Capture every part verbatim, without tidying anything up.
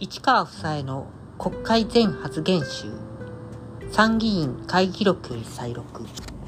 市川房枝の国会全発言集、参議院会議録より再録。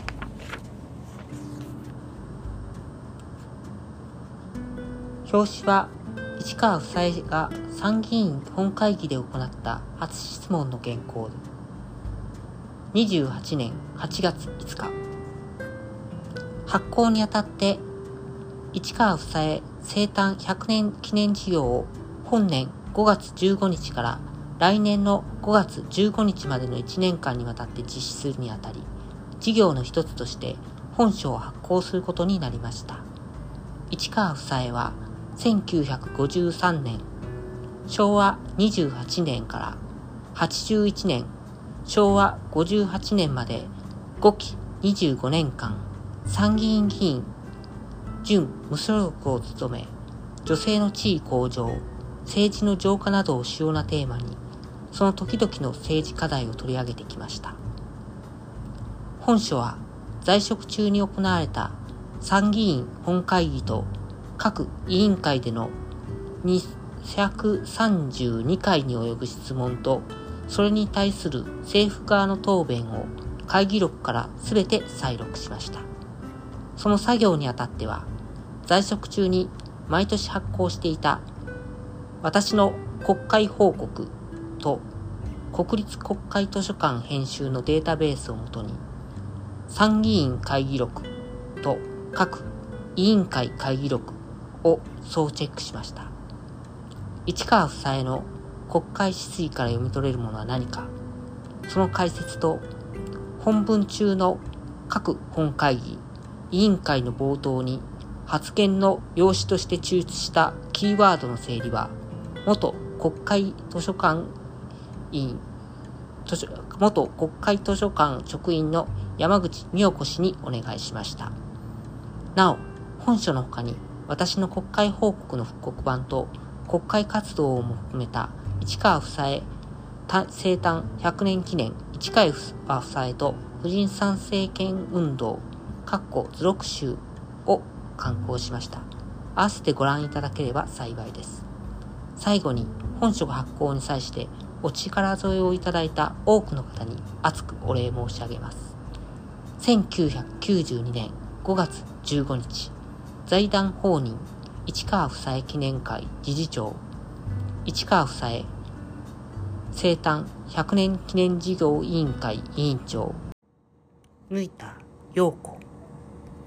表紙は市川房枝が参議院本会議で行った初質問の原稿で、にじゅうはちねんはちがついつか、発行にあたって市川房枝生誕ひゃくねん記念事業を本年ごがつじゅうごにちから来年のごがつじゅうごにちまでのいちねんかんにわたって実施するにあたり、事業の一つとして本書を発行することになりました。市川房枝はせんきゅうひゃくごじゅうさんねん、しょうわにじゅうはちねんからはちじゅういちねん、しょうわごじゅうはちねんまでごきにじゅうごねんかん、参議院議員、準無所属を務め、女性の地位向上、政治の浄化などを主要なテーマに、その時々の政治課題を取り上げてきました。本書は在職中に行われた参議院本会議と各委員会でのにひゃくさんじゅうにかいに及ぶ質問と、それに対する政府側の答弁を会議録からすべて再録しました。その作業にあたっては、在職中に毎年発行していた私の国会報告と国立国会図書館編集のデータベースをもとに、参議院会議録と各委員会会議録を総チェックしました。市川房枝の国会質疑から読み取れるものは何か、その解説と本文中の各本会議、委員会の冒頭に発言の要旨として抽出したキーワードの整理は、元国会図書館員、図書元国会図書館職員の山口美代子氏にお願いしました。なお、本書の他に私の国会報告の復刻版と国会活動をも含めた市川房枝生誕ひゃくねん記念市川房枝と婦人参政権運動図録集を刊行しました。合わせてご覧いただければ幸いです。最後に本書発行に際してお力添えをいただいた多くの方に厚くお礼申し上げます。せんきゅうひゃくきゅうじゅうにねんごがつじゅうごにち、財団法人市川房枝記念会理事長、市川房枝生誕ひゃくねん記念事業委員会委員長、抜田陽子。